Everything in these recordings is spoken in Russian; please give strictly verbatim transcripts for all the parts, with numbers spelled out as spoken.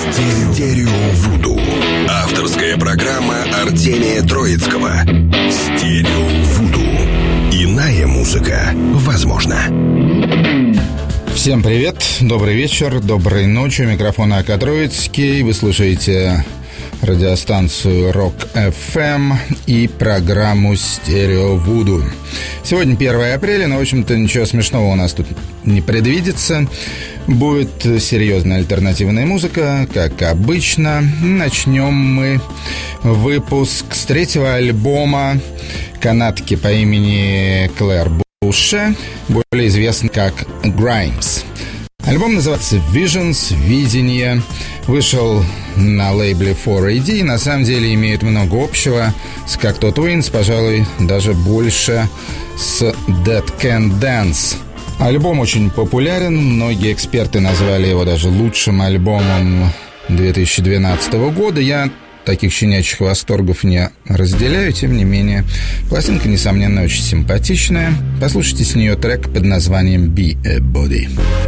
Стерео Вуду. Авторская программа Артемия Троицкого. Стерео Вуду. Иная музыка возможна. Всем привет, добрый вечер, доброй ночи. У микрофона АК Троицкий. Вы слушаете радиостанцию Рок эф эм и программу Стерео Вуду. Сегодня первое апреля, но, в общем-то, ничего смешного у нас тут не предвидится. Будет серьезная альтернативная музыка, как обычно. Начнем мы выпуск с третьего альбома канадки по имени Клэр Буше, более известный как Grimes. Альбом называется Visions, Видение. Вышел на лейбле фор эй ди и на самом деле имеет много общего с Cocteau Twins, пожалуй, даже больше с Dead Can Dance. Альбом очень популярен, многие эксперты назвали его даже лучшим альбомом две тысячи двенадцатого года. Я таких щенячьих восторгов не разделяю, тем не менее, пластинка, несомненно, очень симпатичная. Послушайте с нее трек под названием Be a Body.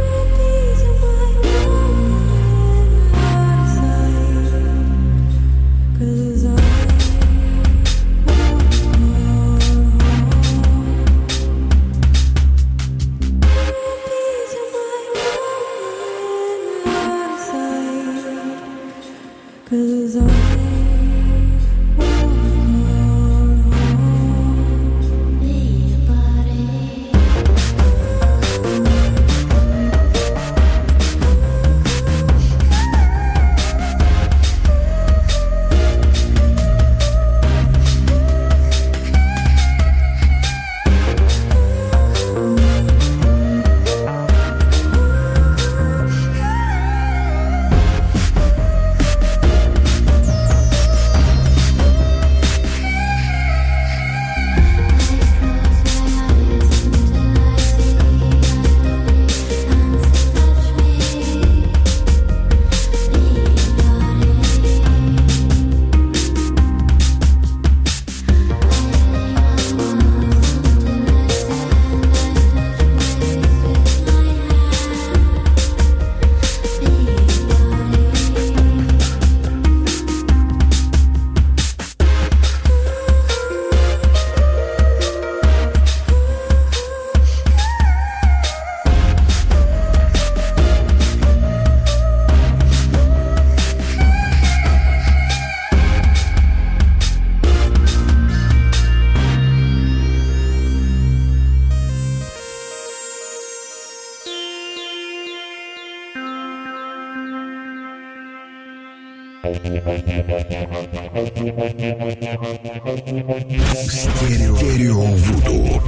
Стерео, Стерео Вуду.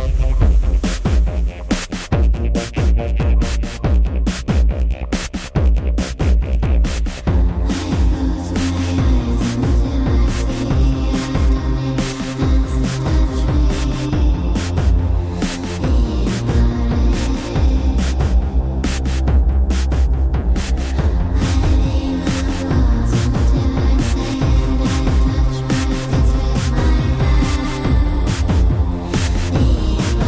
Be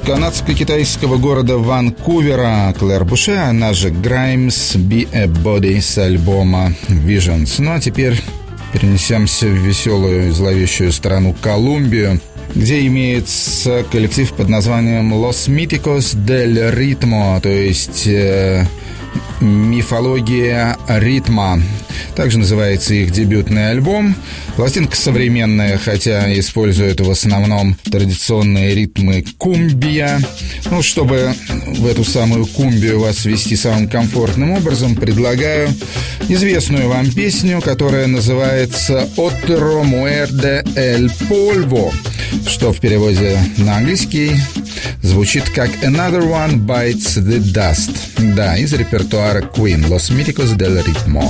канадско-китайского города Ванкувера Клэр Буше, она же Grimes, Be a Body с альбома Visions. Ну а теперь перенесемся в веселую и зловещую страну Колумбию, где имеется коллектив под названием Los Míticos del Ritmo, то есть э, мифология ритма. Также называется их дебютный альбом. Пластинка современная, хотя использует в основном традиционные ритмы кумбия. Ну, чтобы в эту самую кумбию вас ввести самым комфортным образом, предлагаю известную вам песню, которая называется «Otro muerde el polvo», что в переводе на английский звучит как «Another one bites the dust». Да, из репертуара Queen «Los Míticos del Ritmo».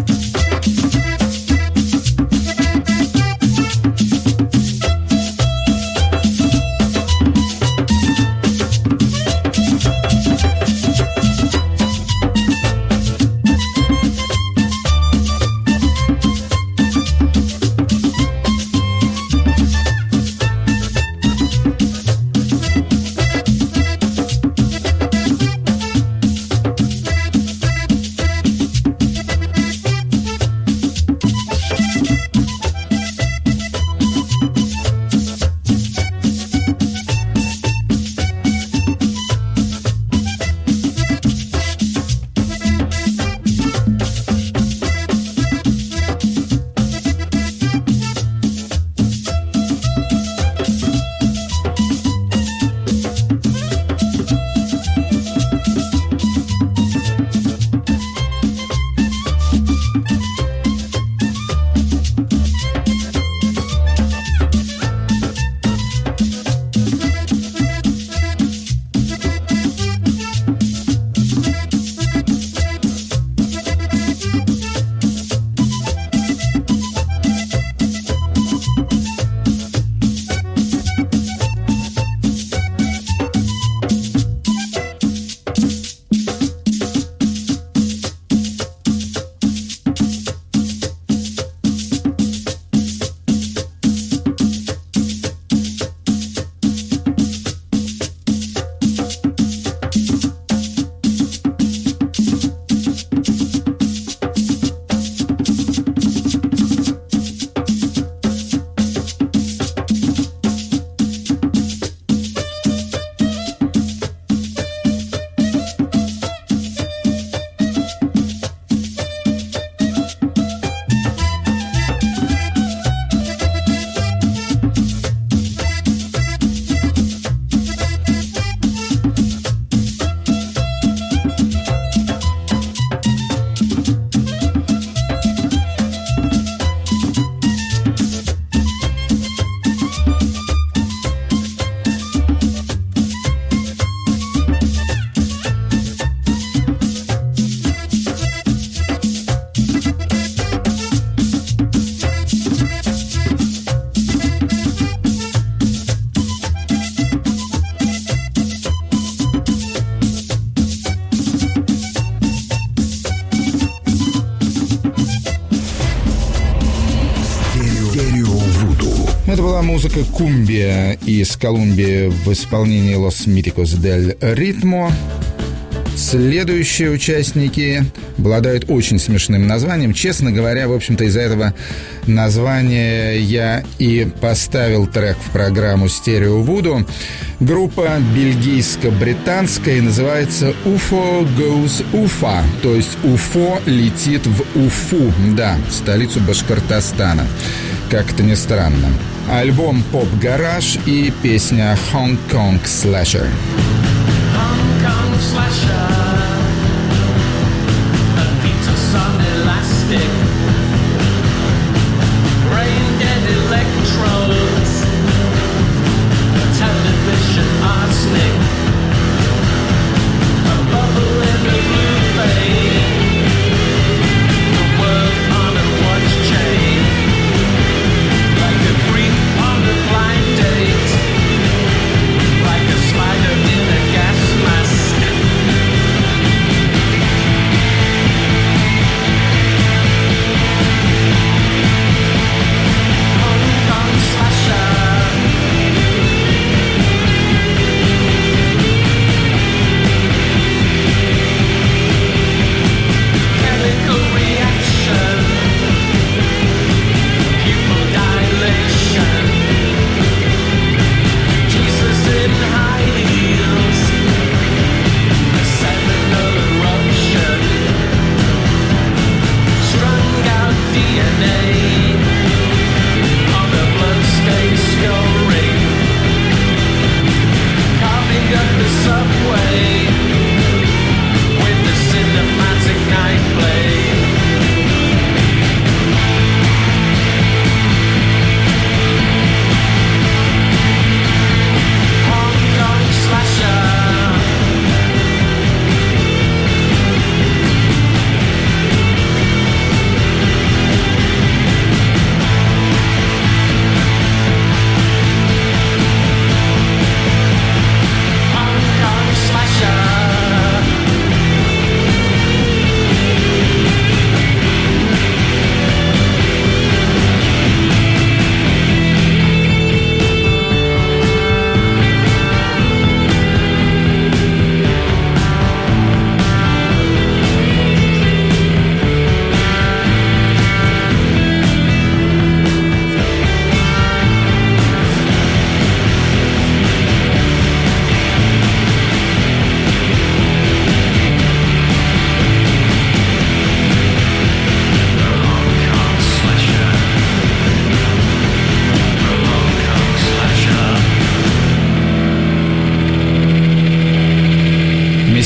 Это была музыка кумбия из Колумбии в исполнении Los Míticos del Ritmo. Следующие участники обладают очень смешным названием. Честно говоря, в общем-то, из-за этого названия я и поставил трек в программу «Стерео Вуду». Группа бельгийско-британская, называется «Уфо Goes Уфа», то есть «Уфо летит в Уфу», да, столицу Башкортостана, как это ни странно. Альбом «Поп-гараж» и песня «Hong Kong Slasher». Hong Kong Slasher, a fetus on elastic, brain-dead electrodes, television arsenic, a bubble in a blue flame, the world on a watch chain, like a freak on a blind date, like a spider in a gas mask.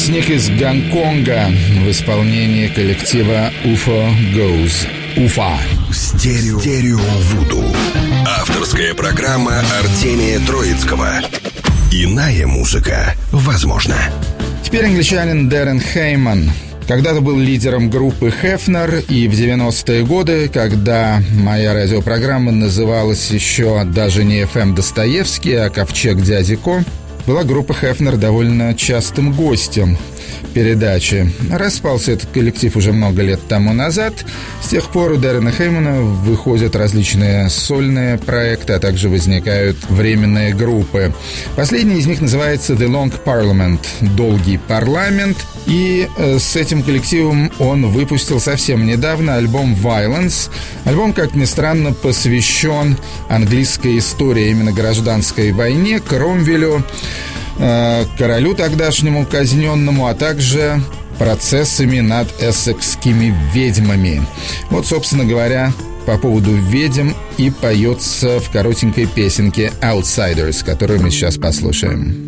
них из Гонконга в исполнении коллектива «Уфо Goes». Уфа. Стерео, Стерео Вуду. Авторская программа Артемия Троицкого. Иная музыка возможна. Теперь англичанин Дэрен Хейман. Когда-то был лидером группы Hefner, и в девяностые годы, когда моя радиопрограмма называлась еще даже не эф эм Достоевский, а Ковчег Дяди Ко, была группа Hefner довольно частым гостем передачи. Распался этот коллектив уже много лет тому назад. С тех пор у Дэрена Хеймана выходят различные сольные проекты, а также возникают временные группы. Последний из них называется The Long Parliament, Долгий парламент. И э, с этим коллективом он выпустил совсем недавно альбом Violence. Альбом, как ни странно, посвящен английской истории, именно гражданской войне, Кромвелю, э, королю тогдашнему казненному, а также процессами над эссекскими ведьмами. Вот, собственно говоря, по поводу ведьм и поется в коротенькой песенке Outsiders, которую мы сейчас послушаем.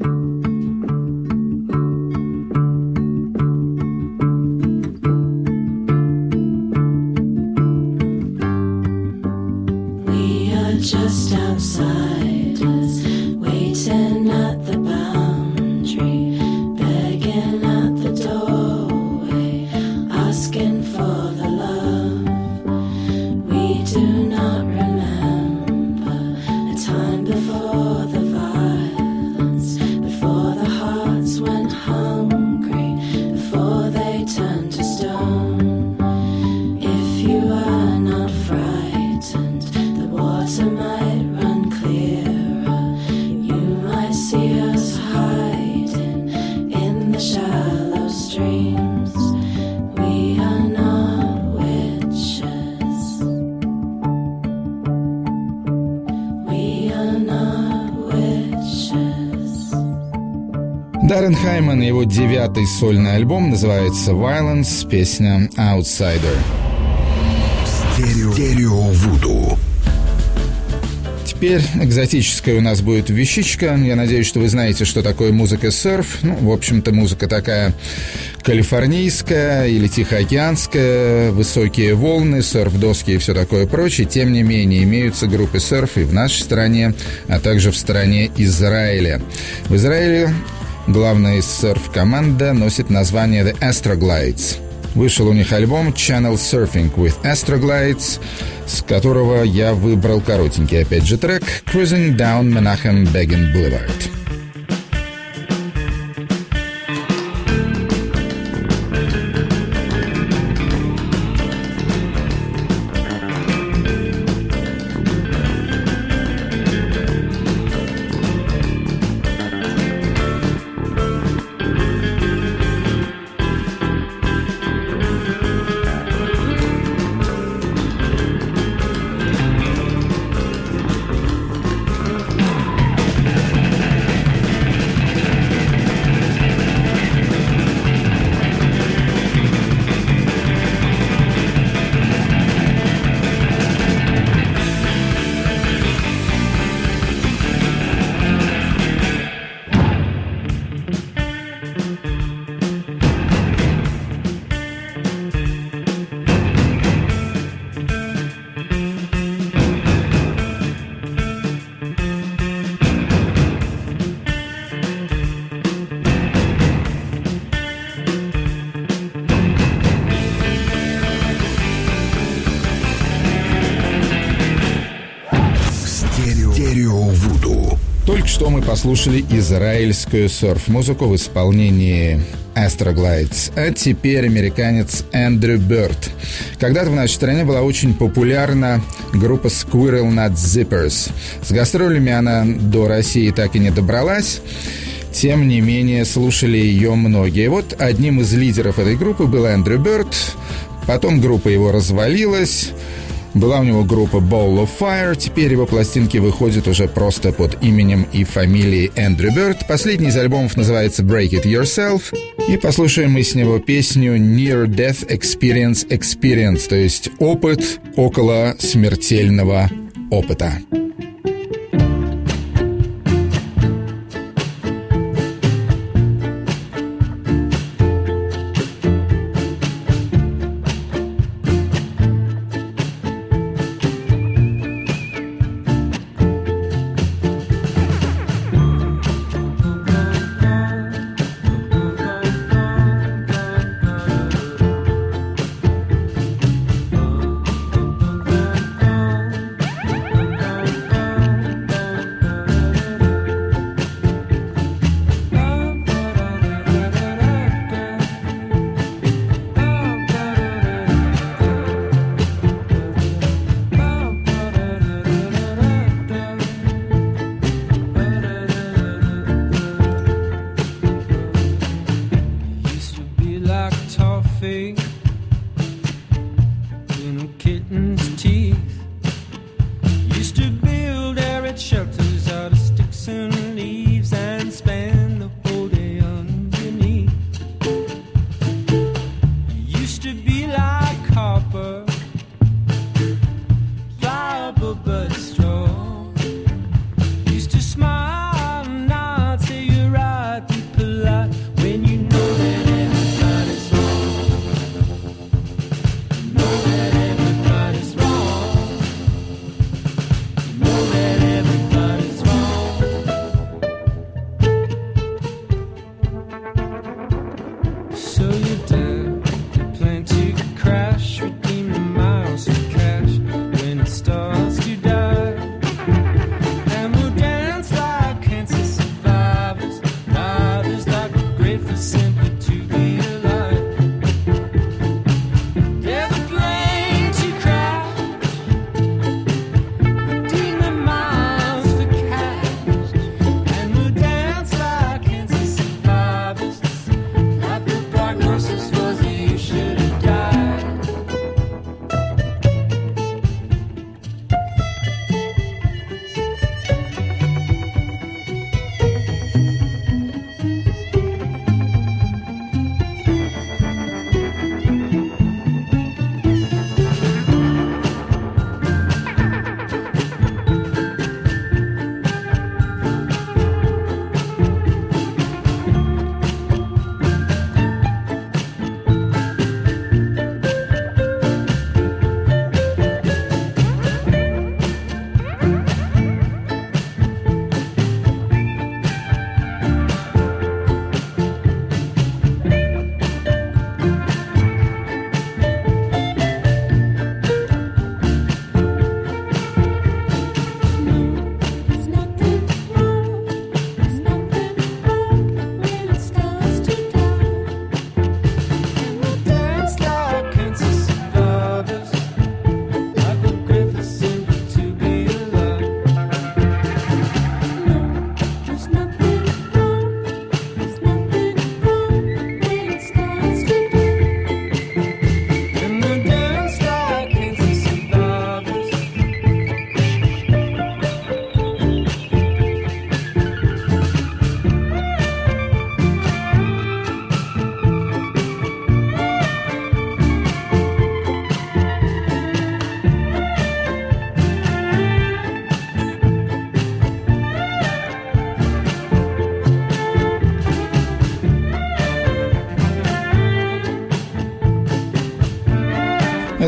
Just outsiders, waiting at the boundary, begging at the doorway, asking for the love. We do not remember a time before the violence, before the hearts went hungry, before they turned to stone. If you are not frightened, water might run clearer. You might see us hiding in the shallow streams. We are not witches. We are not witches. Дэрен Хейман, его девятый сольный альбом, называется «Violence», песня «Outsider». Стерео, Стерео Вуду. Теперь экзотическая у нас будет вещичка. Я надеюсь, что вы знаете, что такое музыка серф. Ну, в общем-то, музыка такая калифорнийская или тихоокеанская, высокие волны, серф-доски и все такое прочее. Тем не менее, имеются группы серф и в нашей стране, а также в стране Израиля. В Израиле главная серф-команда носит название The Astroglides. Вышел у них альбом Channel Surfing with Astroglides, с которого я выбрал коротенький, опять же, трек Cruising Down Menachem Begin Boulevard. Только что мы послушали израильскую серф-музыку в исполнении Astroglides, а теперь американец Эндрю Бёрд. Когда-то в нашей стране была очень популярна группа Squirrel Nut Zippers. С гастролями она до России так и не добралась. Тем не менее, слушали ее многие. Вот одним из лидеров этой группы был Эндрю Бёрд. Потом группа его развалилась. Была у него группа Ball of Fire. Теперь его пластинки выходят уже просто под именем и фамилией Эндрю Бёрд. Последний из альбомов называется Break It Yourself. И послушаем мы с него песню Near Death Experience Experience, то есть опыт около смертельного опыта.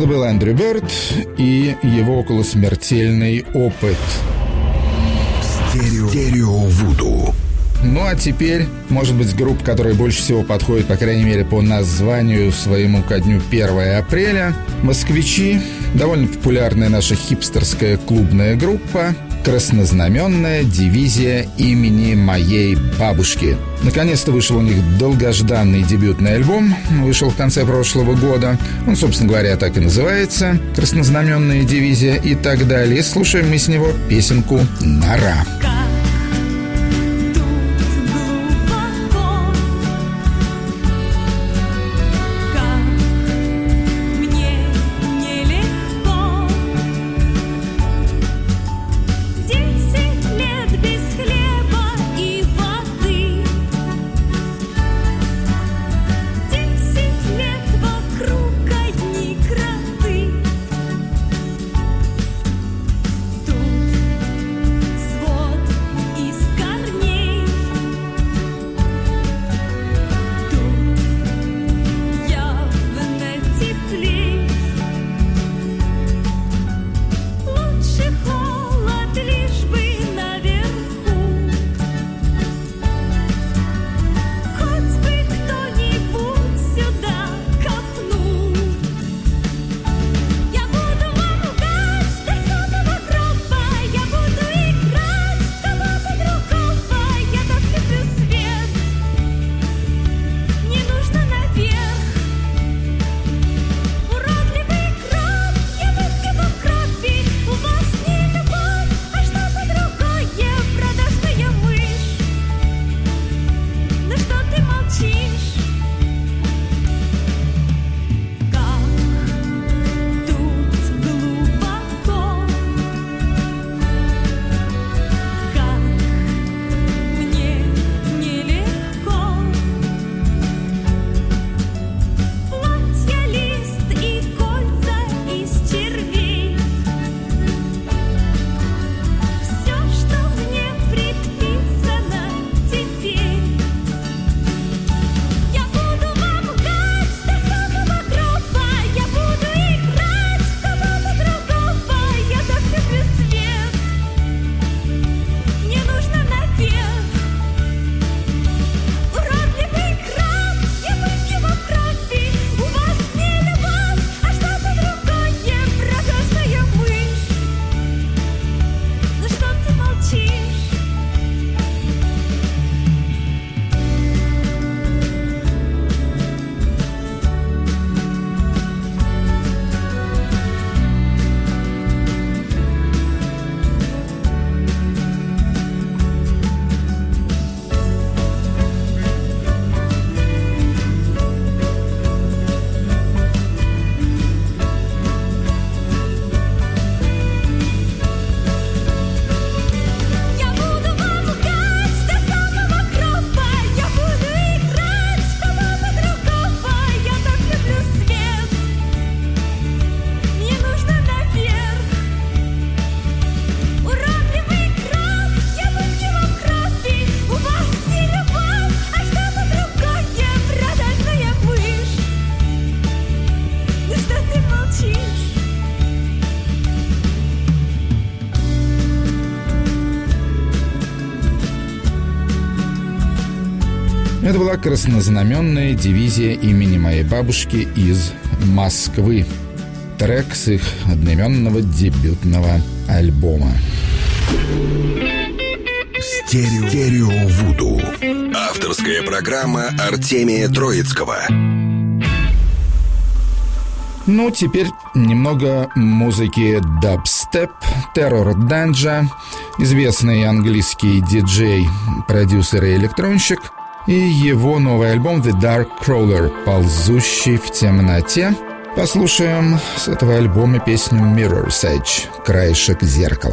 был Эндрю Бёрд и его околосмертельный опыт. Стерео, стерео Вуду. Ну а теперь, может быть, группа, которая больше всего подходит, по крайней мере, по названию своему ко дню первого апреля. «Москвичи», довольно популярная наша хипстерская клубная группа, краснознаменная дивизия имени моей бабушки. Наконец-то вышел у них долгожданный дебютный альбом. Вышел в конце прошлого года. Он, собственно говоря, так и называется «Краснознаменная дивизия» и так далее. Слушаем мы с него песенку «Нора». Это была краснознаменная дивизия имени моей бабушки из Москвы. Трек с их одноименного дебютного альбома. Стерео, стерео Вуду. Авторская программа Артемия Троицкого. Ну, теперь немного музыки дабстеп. Terror Danger, известный английский диджей, продюсер и электронщик, и его новый альбом The Dark Crawler, ползущий в темноте. Послушаем с этого альбома песню Mirror's Edge, краешек зеркала.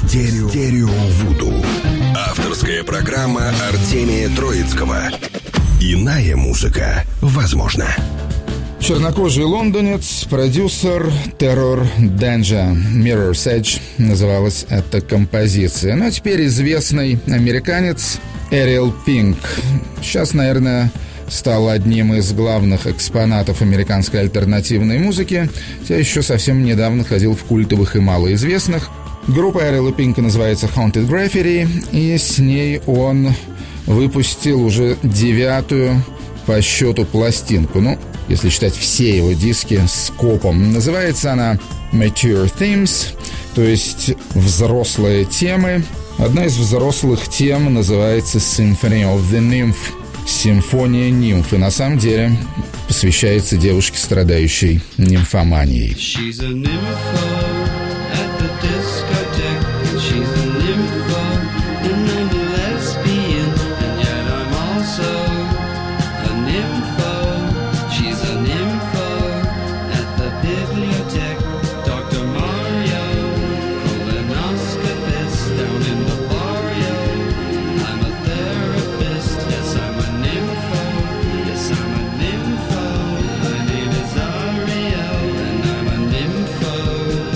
Стерео, Стерео Вуду. Авторская программа Артемия Троицкого. Иная музыка возможна. Чернокожий лондонец, продюсер Terror Danger, Mirror's Edge называлась эта композиция. Ну а теперь известный американец Эрил Пинк. Сейчас, наверное, стал одним из главных экспонатов американской альтернативной музыки, хотя еще совсем недавно ходил в культовых и малоизвестных. Группа Эрила Пинка называется Haunted Graffiti, и с ней он выпустил уже девятую по счету пластинку. Ну, если считать все его диски скопом. Называется она Mature Themes, то есть взрослые темы. Одна из взрослых тем называется Symphony of the Nymph, Симфония нимф, и на самом деле посвящается девушке, страдающей нимфоманией. She's a nympho at the discotheque. She's a nympho and I'm a lesbian, and yet I'm also a nympho. She's a nympho at the bibliothèque. Doctor Mario, colonoscopist down in the barrio. I'm a therapist, yes I'm a nympho, yes I'm a nympho. My name is Ariel and I'm a nympho.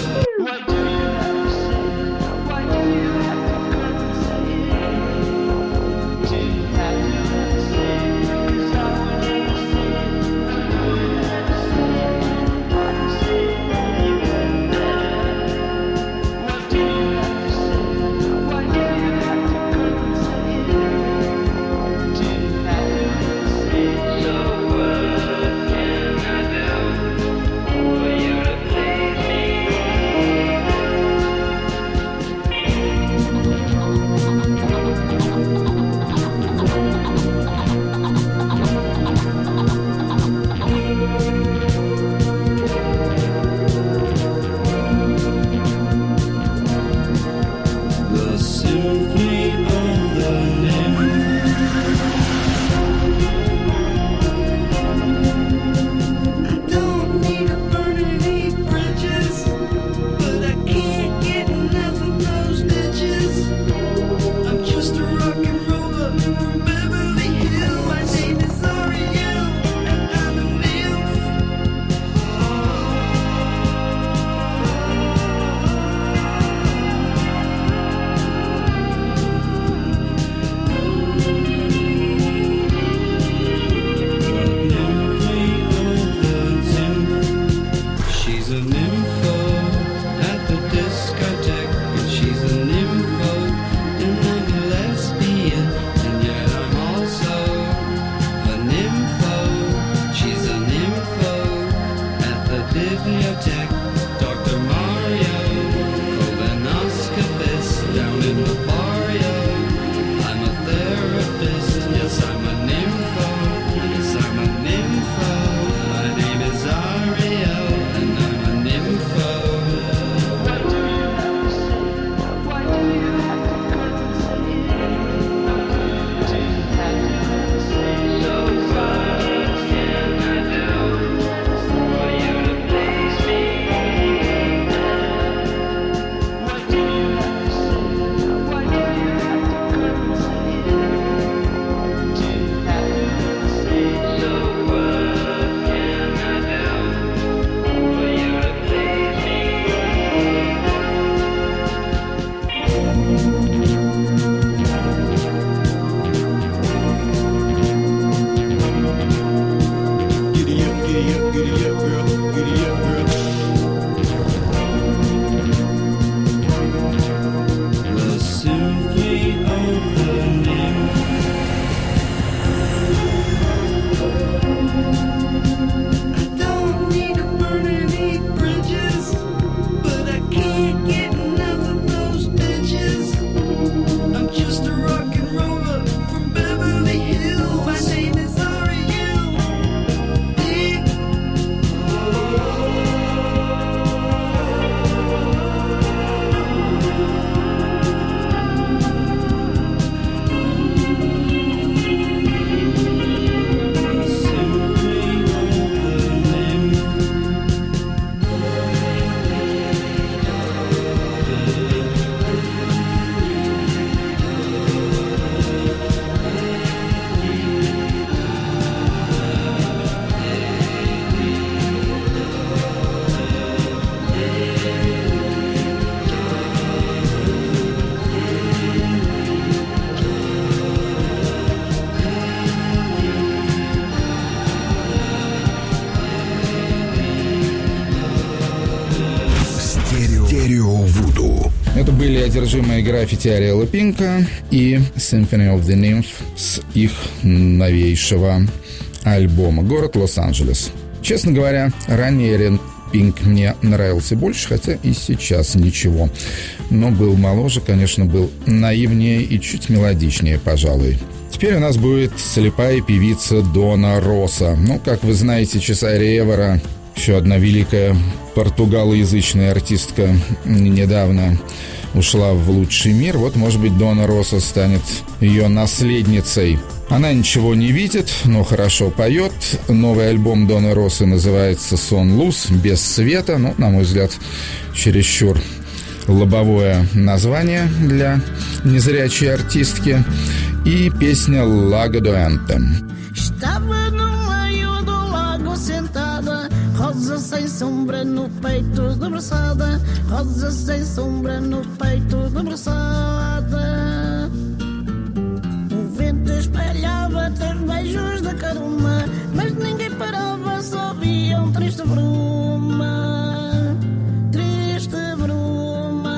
были одержимые граффити Ариэла Пинка и Symphony of the Nymph с их новейшего альбома «Город Лос-Анджелес». Честно говоря, ранее Ариэл Пинк мне нравился больше, хотя и сейчас ничего. Но был моложе, конечно, был наивнее и чуть мелодичнее, пожалуй. Теперь у нас будет слепая певица Дона Росса. Ну, как вы знаете, Чесаре Эвера, еще одна великая португалоязычная артистка, недавно ушла в лучший мир. Вот, может быть, Дона Росса станет ее наследницей. Она ничего не видит, но хорошо поет. Новый альбом Доны Россы называется «Сон Луз», без света. Ну, на мой взгляд, чересчур лобовое название для незрячей артистки. И песня «Lago do Anthem». Estava no meio do lago sentada, rosa sem sombra no peito, debruçada, rosa sem sombra no peito, debruçada. O vento espalhava teus beijos de caruma, mas ninguém parava, só via um triste bruma, triste bruma.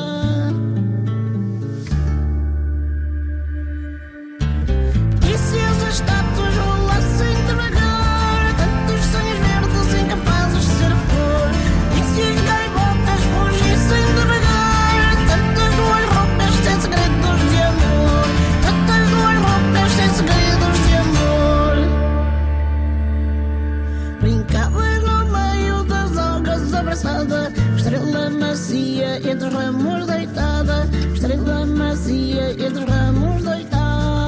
E se as estátuas rolassem devagar, tantos sonhos verdes incapazes de ser flor? E se as gaivotas fugissem devagar, tantas duas roupas sem segredos de amor, tantas duas roupas sem segredos de amor? Brincavas no meio das algas abraçada, estrela macia entre os ramos deitada, estrela macia entre os ramos deitada.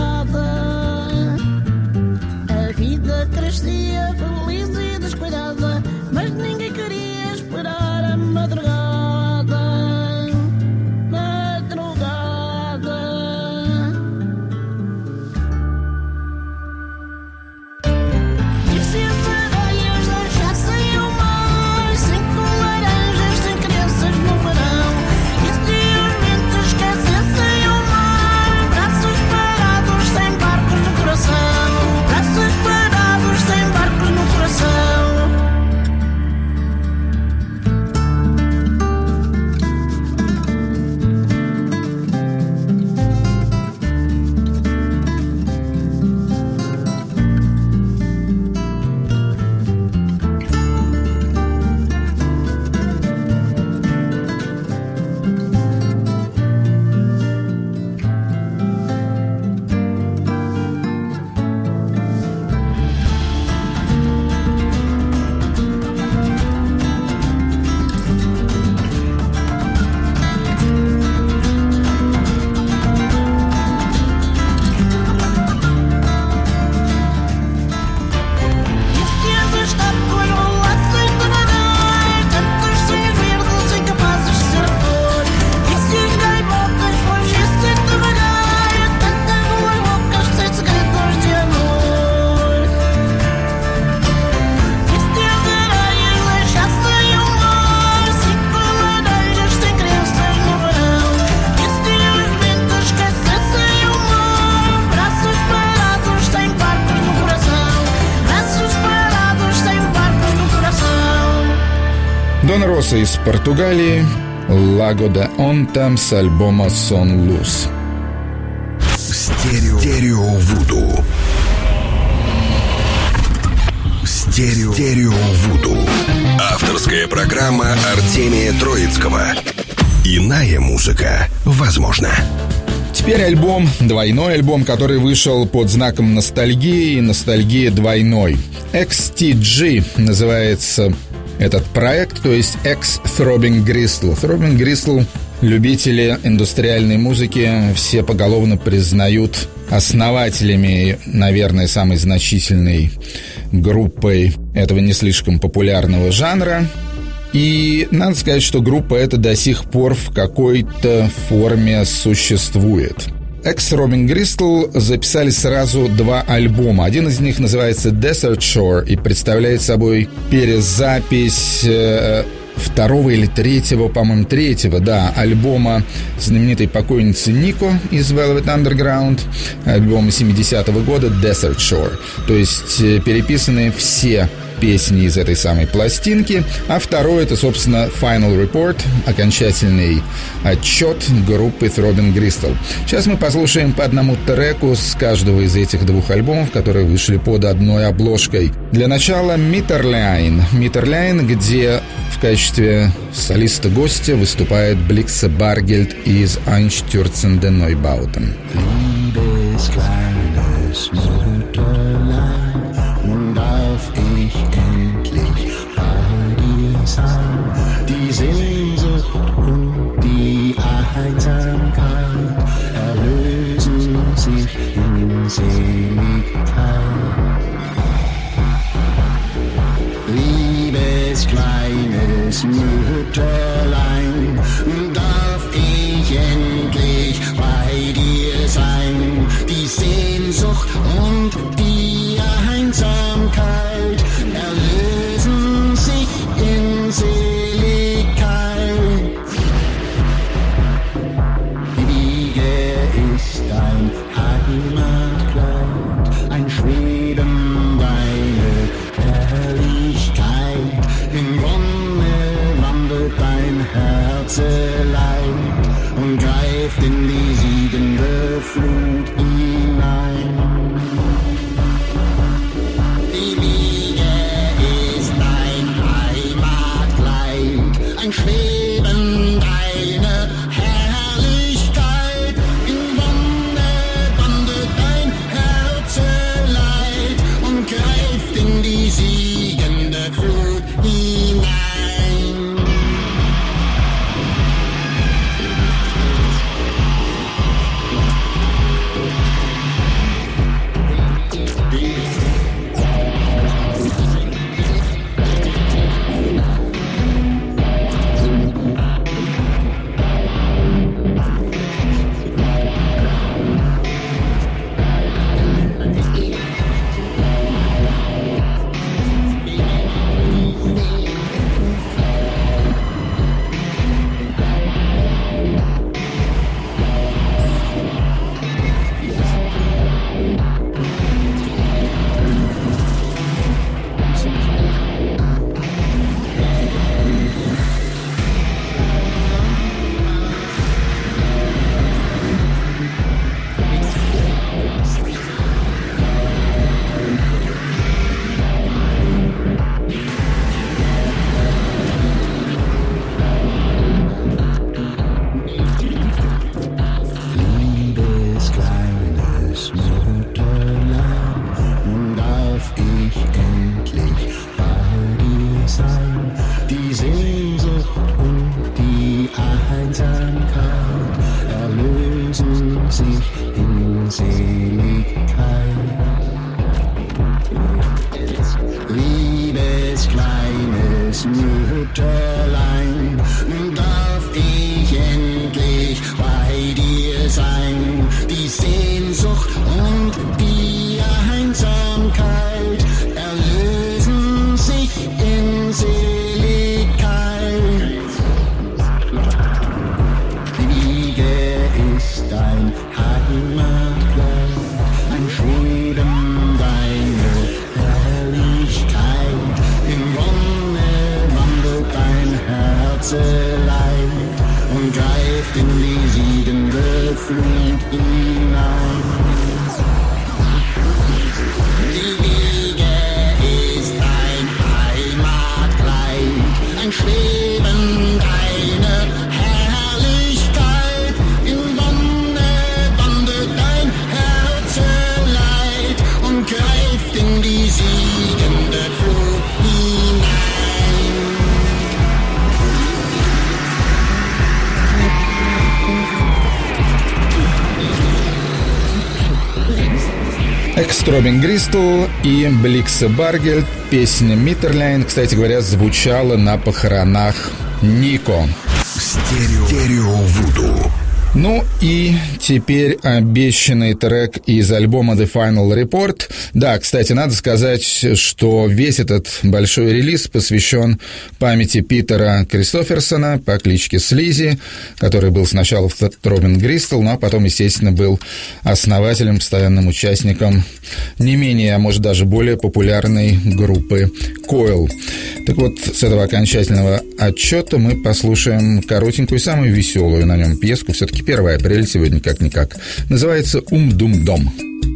A vida crescia feliz e descuidada, mas ninguém queria esperar a madrugada, madrugada. E se as areias deixassem o mar, cinco laranjas sem crianças no verão? E se os ventos esquecessem o mar, braços parados sem barcos no coração, braços parados sem barcos no coração. Дона Росса из Португалии, «Lago do Anthem» с альбома «Сон Луз». Стерео, Стерео Вуду. Стерео, Стерео Вуду. Авторская программа Артемия Троицкого. Иная музыка возможна. Теперь альбом, двойной альбом, который вышел под знаком ностальгии, ностальгия двойной. икс ти джи называется этот проект, то есть X-Throbbing Gristle. Throbbing Gristle любители индустриальной музыки все поголовно признают основателями, наверное, самой значительной группой этого не слишком популярного жанра. И надо сказать, что группа эта до сих пор в какой-то форме существует. X-Throbbing Gristle записали сразу два альбома. Один из них называется Desert Shore и представляет собой перезапись э, второго или третьего, по-моему, третьего, да, альбома знаменитой покойницы Нико из Velvet Underground, альбома семидесятого года Desert Shore. То есть э, переписаны все песни из этой самой пластинки, а второй — это, собственно, Final Report, окончательный отчет группы Throbbing Gristle. Сейчас мы послушаем по одному треку с каждого из этих двух альбомов, которые вышли под одной обложкой. Для начала Mitterlein. Mitterlein, где в качестве солиста-гостя выступает Бликсе Баргельд из Einstürzende Neubauten. Liebes kleines Mütterlein, nun darf ich endlich bei dir sein. Die Sehnsucht und die Einsamkeit erlösen sich in Seligkeit. Liebes kleines Mütterlein, darf ich endlich bei dir sein. Die Sehnsucht und die Einsamkeit erlösen sich in Seligkeit. Die Wiege ist ein Heimatkleid, ein Schweben deine Herrlichkeit. In Wonne wandelt dein Herzelein und greift in die siegende Flut hinein. Die Wiege ist dein Heimatkleid, ein Schweben deiner Herrlichkeit. In Wonne wandelt dein Herzeleid und greift in die siegende Flut hinein. Throbbing Gristle и Бликсе Баргельд. Песня Mitterlein, кстати говоря, звучала на похоронах Нико. Стерео, Стерео Вуду Ну и теперь обещанный трек из альбома The Final Report. Да, кстати, надо сказать, что весь этот большой релиз посвящен памяти Питера Кристоферсона по кличке Слизи, который был сначала в Throbbing Gristle, но потом, естественно, был основателем, постоянным участником не менее, а может даже более популярной группы Coil. Так вот, с этого окончательного отчета мы послушаем коротенькую, самую веселую на нем пьеску. Все-таки первое апреля сегодня как-никак. Называется «Ум-дум-дом».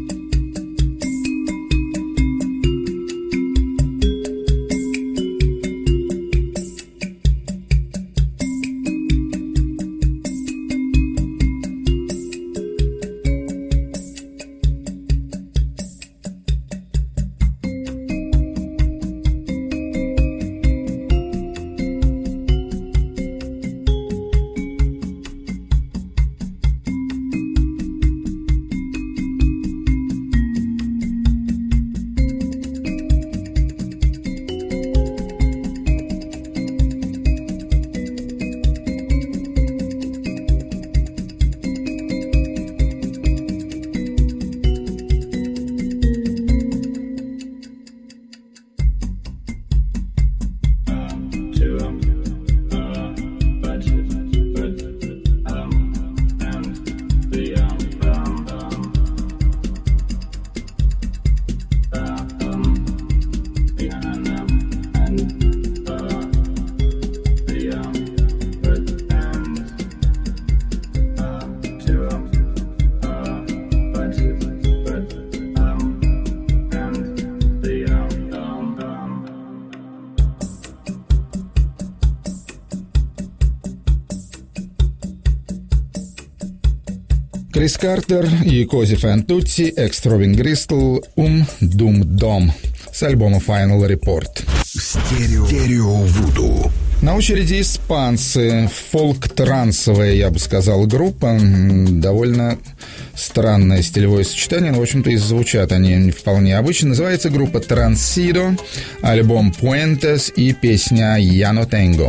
Крис Картер и Кози Фантуччи, Throbbing Gristle, «Ум-дум-дом» с альбома Final Report. Стерео, стерео Вуду. На очереди испанцы, фолк-трансовая, я бы сказал, группа. Довольно странное стилевое сочетание, но, в общем-то, и звучат они вполне обычно. Называется группа Transito, альбом Puentes и песня «Я no tengo».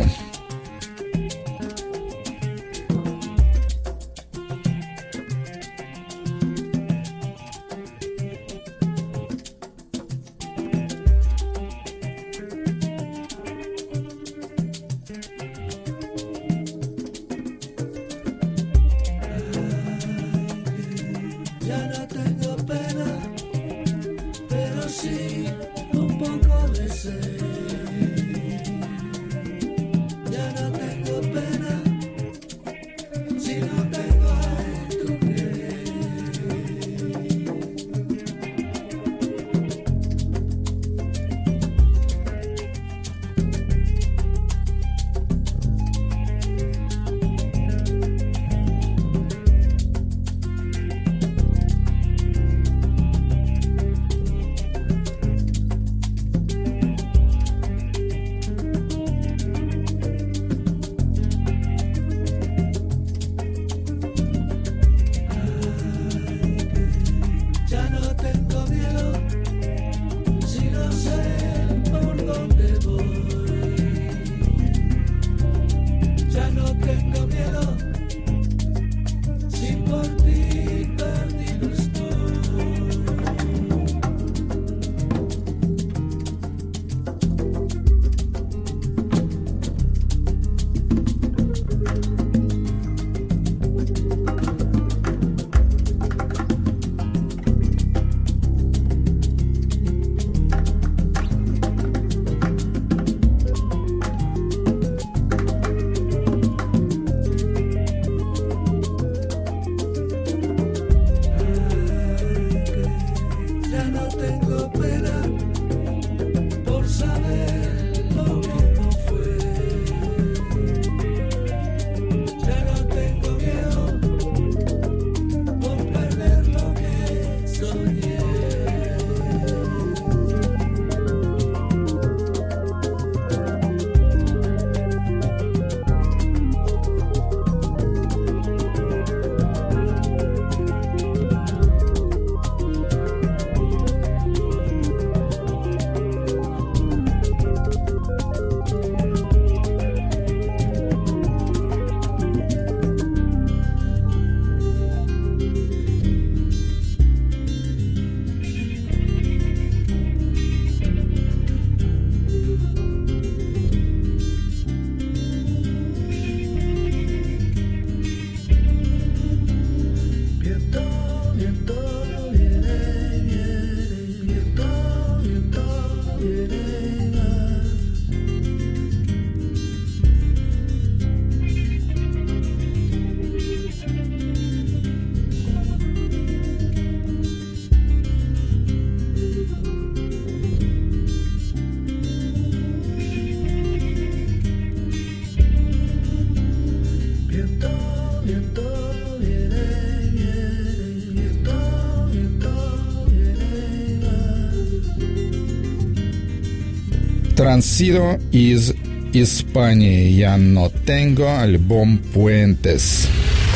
Transito из Испании. Я no tengo, альбом Puentes.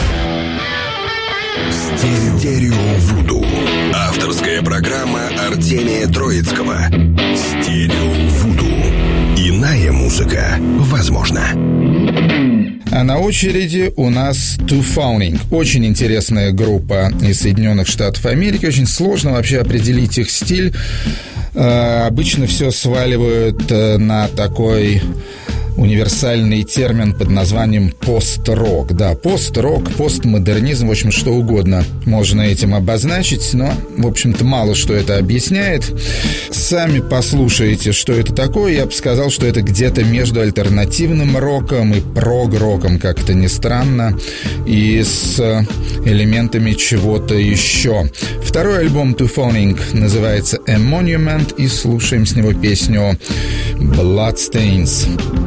Стерео Вуду. Авторская программа Артемия Троицкого. Стерео Вуду. Иная музыка возможна. А на очереди у нас Two Fawning. Очень интересная группа из Соединенных Штатов Америки. Очень сложно вообще определить их стиль. Э, обычно все сваливают э, на такой универсальный термин под названием пост-рок. Да, пост-рок, постмодернизм, в общем, что угодно можно этим обозначить, но, в общем-то, мало что это объясняет. Сами послушайте, что это такое. Я бы сказал, что это где-то между альтернативным роком и прог-роком, как-то ни странно, и с элементами чего-то еще. Второй альбом Two Fawning называется A Monument, и слушаем с него песню Bloodstains.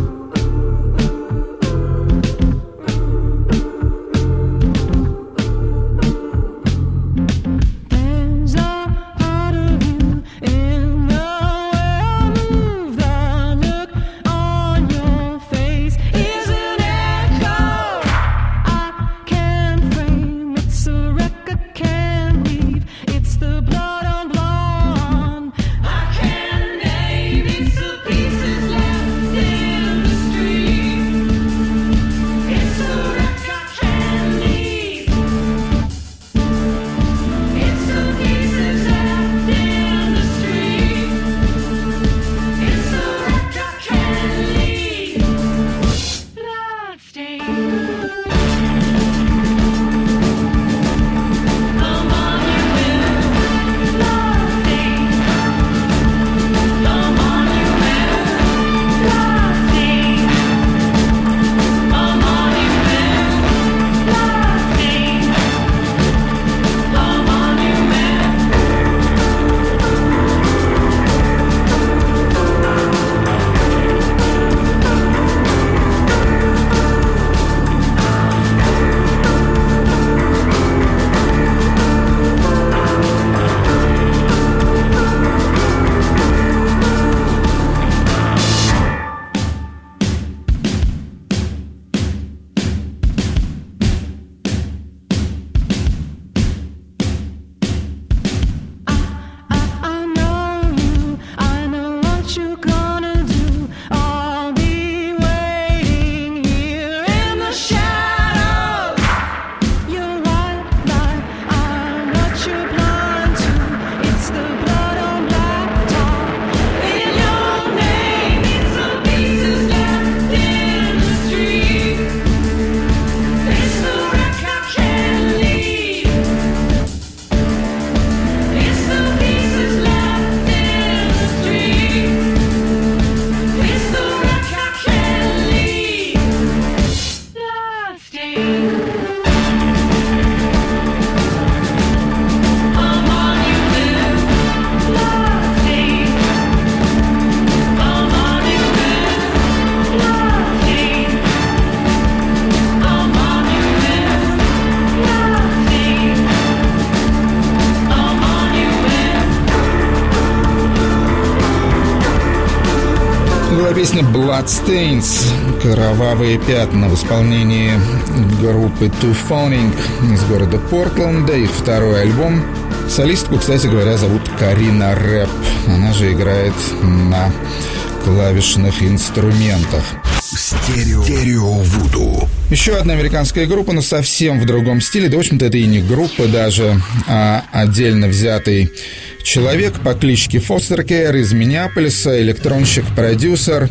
Песня Bloodstains, кровавые пятна, в исполнении группы Two Fawning из города Портленда. Их второй альбом. Солистку, кстати говоря, зовут Карина Рэп. Она же играет на клавишных инструментах. Стерео, Стерео Вуду. Еще одна американская группа, но совсем в другом стиле. Да, в общем-то, это и не группа даже, а отдельно взятый человек по кличке Фостер Кейр из Миннеаполиса, электронщик-продюсер.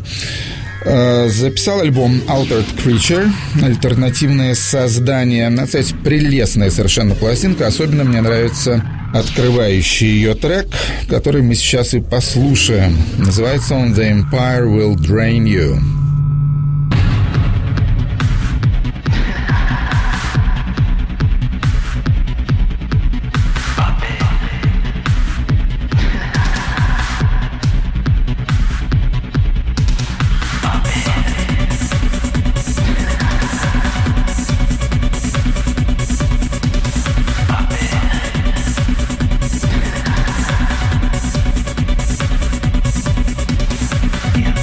Записал альбом Altered Creature, альтернативное создание. На кстати, прелестная совершенно пластинка. Особенно мне нравится открывающий ее трек, который мы сейчас и послушаем. Называется он The Empire Will Drain You. The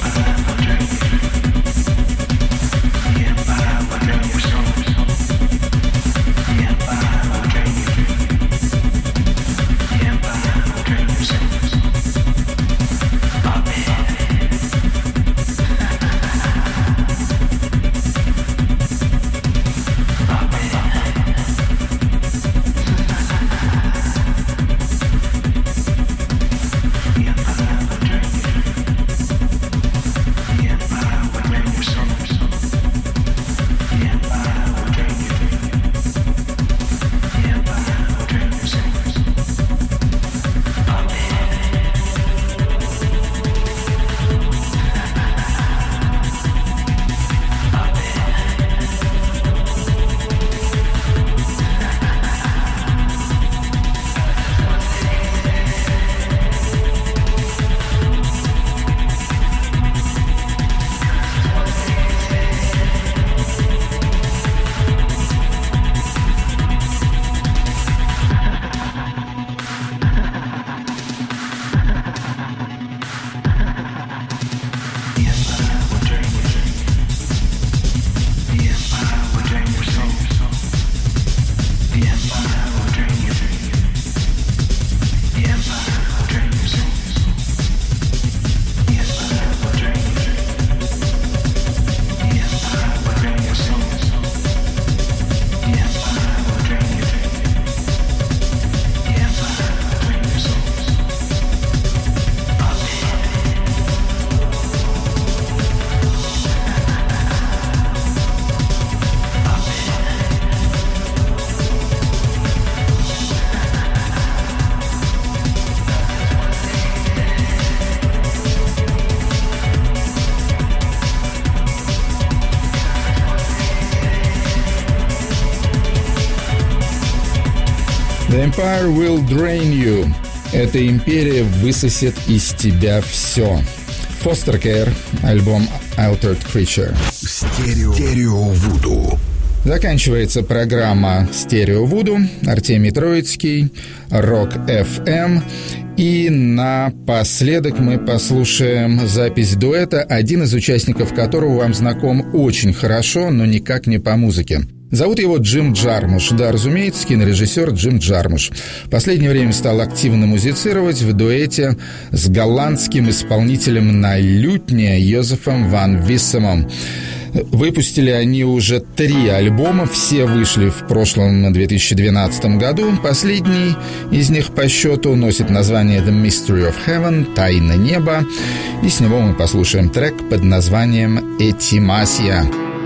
The Empire Will Drain You. Эта империя высосет из тебя все. Foster Care, альбом Altered Creature. Стерео, Стерео Вуду. Заканчивается программа «Стерео Вуду». Артемий Троицкий, Рок эф эм. И напоследок мы послушаем запись дуэта, один из участников которого вам знаком очень хорошо, но никак не по музыке. Зовут его Джим Джармуш. Да, разумеется, кинорежиссер Джим Джармуш. В последнее время стал активно музицировать в дуэте с голландским исполнителем на лютне Йозефом ван Виссемом. Выпустили они уже три альбома, все вышли в прошлом две тысячи двенадцатом году. Последний из них по счету носит название The Mystery of Heaven, Тайна неба. И с него мы послушаем трек под названием «Этимасия».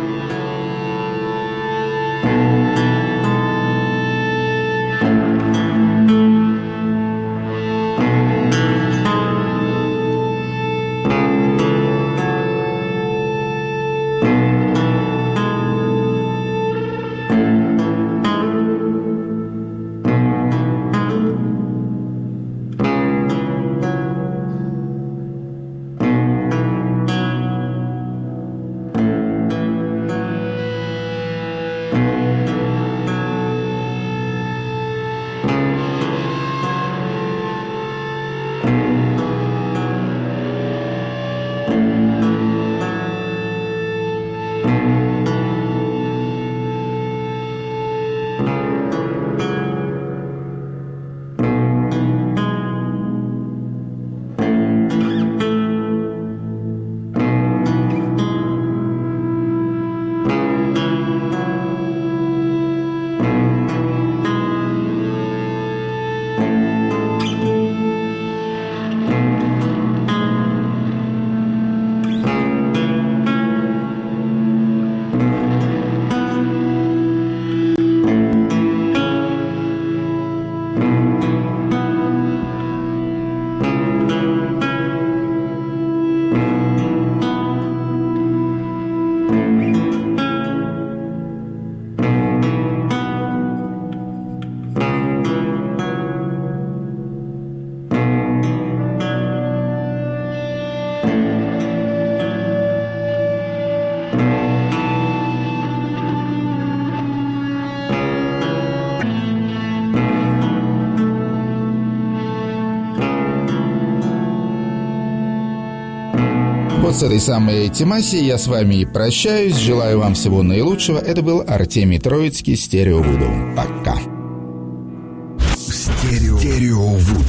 Вот с этой самой Этимасией я с вами и прощаюсь. Желаю вам всего наилучшего. Это был Артемий Троицкий, Стерео Вуду. Пока. Стерео, Стерео Вуду.